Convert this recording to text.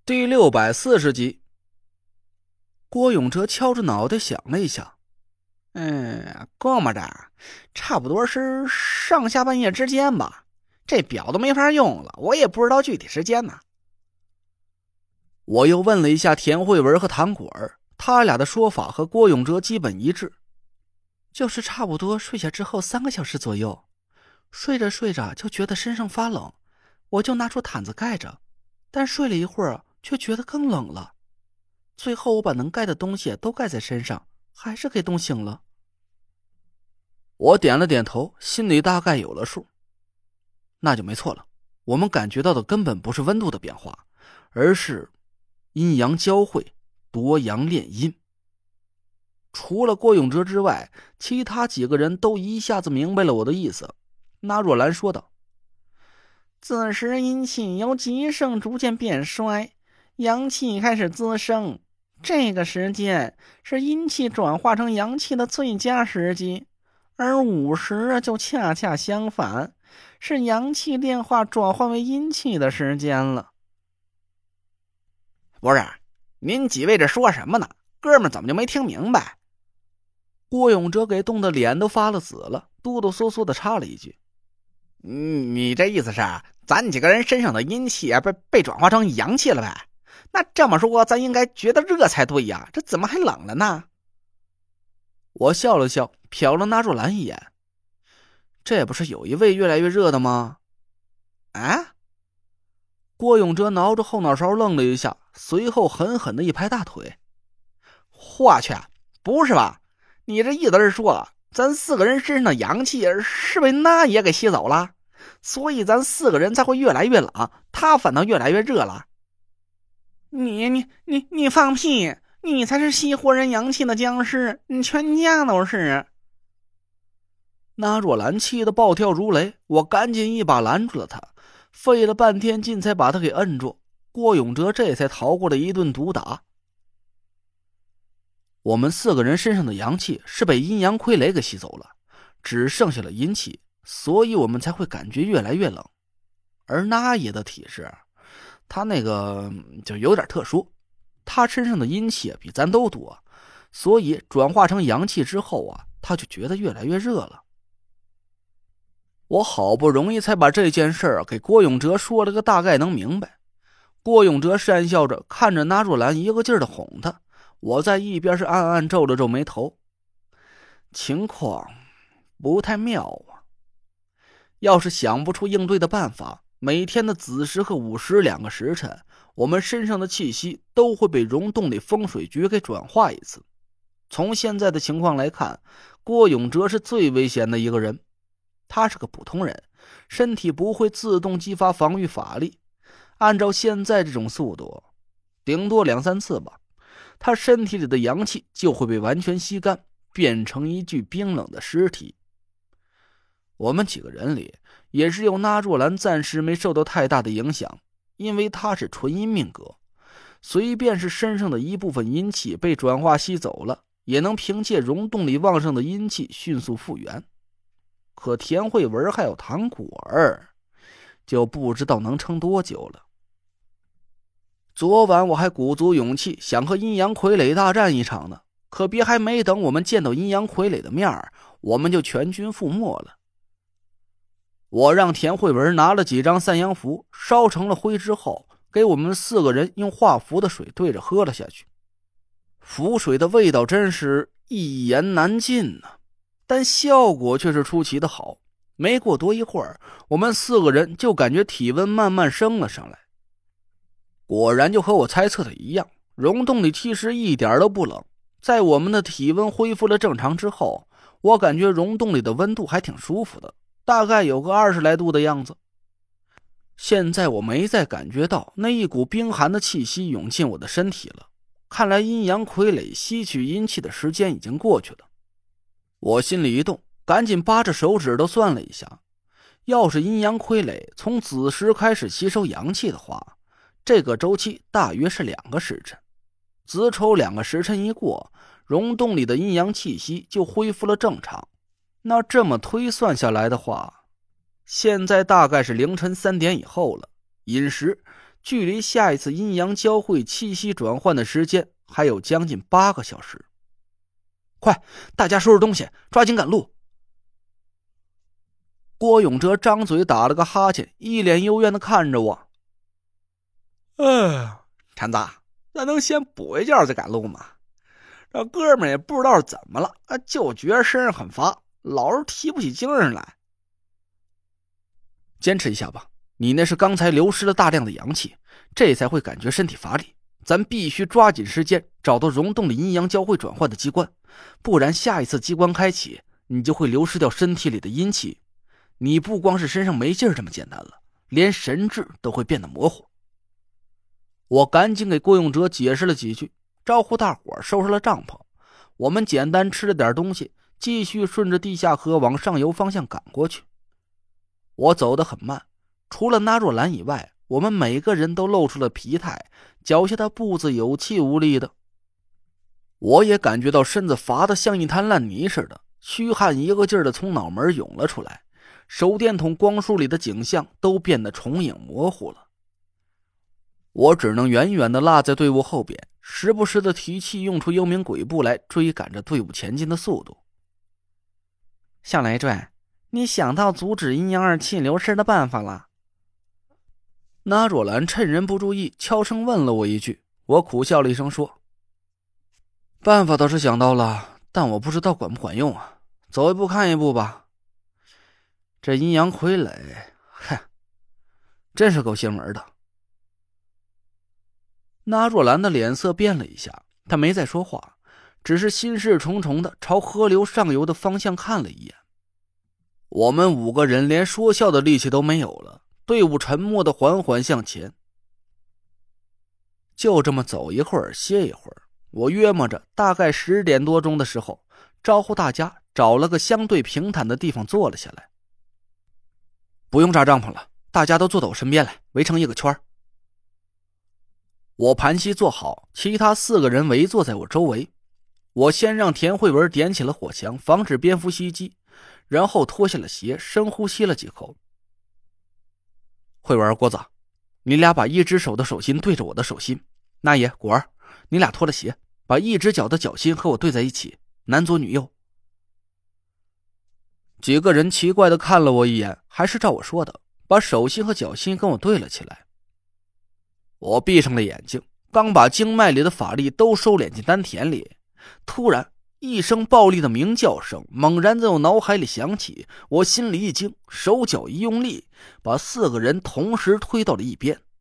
第640集。郭永哲敲着脑袋想了一下， 估摸着差不多是上下半夜之间吧，这表都没法用了，我也不知道具体时间呢。 我又问了一下田慧文和唐果儿，他俩的说法和郭永哲基本一致，就是差不多睡下之后3个小时左右，睡着睡着就觉得身上发冷，我就拿出毯子盖着，但睡了一会儿却觉得更冷了，最后我把能盖的东西都盖在身上，还是给冻醒了。我点了点头，心里大概有了数。那就没错了，我们感觉到的根本不是温度的变化，而是阴阳交汇，夺阳炼阴。除了郭永哲之外，其他几个人都一下子明白了我的意思。那若兰说道： 此时阴气由极盛逐渐变衰，阳气开始滋生，这个时间是阴气转化成阳气的最佳时机，而午时就恰恰相反，是阳气炼化转换为阴气的时间了。不是，您几位这说什么呢？哥们怎么就没听明白？ 郭永哲给冻得脸都发了紫了，哆哆嗦嗦的插了一句： 你这意思是咱几个人身上的阴气被转化成阳气了呗？那这么说咱应该觉得热才对呀，这怎么还冷了呢？ 我笑了笑，瞟了那若兰一眼，这不是有一位越来越热的吗？ 啊！ 郭永哲挠着后脑勺愣了一下，随后狠狠的一拍大腿： 我去，不是吧？你这意思是说咱4个人身上的阳气是被那也给吸走了，所以咱4个人才会越来越冷，他反倒越来越热了？你放屁！你才是吸活人阳气的僵尸，你全家都是！ 那若兰气得暴跳如雷，我赶紧一把拦住了他，费了半天劲才把他给摁住。郭永哲这才逃过了一顿毒打。我们4个人身上的阳气是被阴阳傀儡给吸走了，只剩下了阴气，所以我们才会感觉越来越冷。而那爷的体质，他那个就有点特殊，他身上的阴气比咱都多，所以转化成阳气之后他就觉得越来越热了。我好不容易才把这件事给郭永哲说了个大概能明白。郭永哲讪笑着看着那若兰一个劲儿的哄他，我在一边是暗暗皱了皱眉头，情况不太妙啊。要是想不出应对的办法，每天的子时和午时2个时辰，我们身上的气息都会被溶洞里风水局给转化一次。从现在的情况来看，郭永哲是最危险的一个人。他是个普通人，身体不会自动激发防御法力，按照现在这种速度，顶多2、3次吧，他身体里的阳气就会被完全吸干，变成一具冰冷的尸体。我们几个人里也只有那若兰暂时没受到太大的影响，因为她是纯阴命格，随便是身上的一部分阴气被转化吸走了，也能凭借溶洞里旺盛的阴气迅速复原。可田慧文还有唐果儿就不知道能撑多久了。昨晚我还鼓足勇气想和阴阳傀儡大战一场呢，可别还没等我们见到阴阳傀儡的面我们就全军覆没了。我让田慧文拿了几张散阳符，烧成了灰之后，给我们4个人用化符的水对着喝了下去。符水的味道真是一言难尽呢，但效果却是出奇的好。没过多一会儿，我们4个人就感觉体温慢慢升了上来。果然就和我猜测的一样，溶洞里其实一点都不冷。在我们的体温恢复了正常之后，我感觉溶洞里的温度还挺舒服的，大概有个20来度的样子。现在我没再感觉到那一股冰寒的气息涌进我的身体了，看来阴阳傀儡吸取阴气的时间已经过去了。我心里一动，赶紧扒着手指头算了一下，要是阴阳傀儡从子时开始吸收阳气的话，这个周期大约是2个时辰。子丑2个时辰一过，溶洞里的阴阳气息就恢复了正常。那这么推算下来的话，现在大概是凌晨3点以后了。饮食距离下一次阴阳交汇气息转换的时间还有将近8个小时。快，大家收拾东西，抓紧赶路。郭永哲张嘴打了个哈欠，一脸幽怨地看着我。陈子，咱能先补一觉再赶路吗？这哥们也不知道是怎么了，就觉得身上很乏，老是提不起精神来。坚持一下吧，你那是刚才流失了大量的阳气，这才会感觉身体乏力。咱必须抓紧时间找到溶洞里阴阳交汇转换的机关，不然下一次机关开启，你就会流失掉身体里的阴气。你不光是身上没劲儿这么简单了，连神智都会变得模糊。我赶紧给郭永哲解释了几句，招呼大伙收拾了帐篷。我们简单吃了点东西，继续顺着地下河往上游方向赶过去。我走得很慢，除了那若兰以外，我们每个人都露出了疲态，脚下的步子有气无力的。我也感觉到身子乏得像一滩烂泥似的，虚汗一个劲儿的从脑门涌了出来，手电筒光束里的景象都变得重影模糊了。我只能远远地落在队伍后边，时不时的提气用出幽冥鬼步来追赶着队伍前进的速度。 小累赘，你想到阻止阴阳二气流失的办法了？ 那若兰趁人不注意悄声问了我一句，我苦笑了一声说：办法倒是想到了，但我不知道管不管用啊，走一步看一步吧。这阴阳傀儡，真是够邪门的。那若兰的脸色变了一下，她没再说话，只是心事重重的朝河流上游的方向看了一眼。我们5个人连说笑的力气都没有了，队伍沉默的缓缓向前。就这么走一会儿歇一会儿，我约摸着大概10点多钟的时候，招呼大家找了个相对平坦的地方坐了下来。不用扎帐篷了，大家都坐到我身边来，围成一个圈。我盘膝坐好，其他4个人围坐在我周围。我先让田慧文点起了火墙，防止蝙蝠袭击，然后脱下了鞋，深呼吸了几口。慧文、郭子，你俩把一只手的手心对着我的手心。那爷、果儿，你俩脱了鞋，把一只脚的脚心和我对在一起，男左女右。几个人奇怪地看了我一眼，还是照我说的，把手心和脚心跟我对了起来。我闭上了眼睛，刚把经脉里的法力都收敛进丹田里，突然一声暴力的鸣叫声猛然在我脑海里响起，我心里一惊，手脚一用力，把4个人同时推到了一边。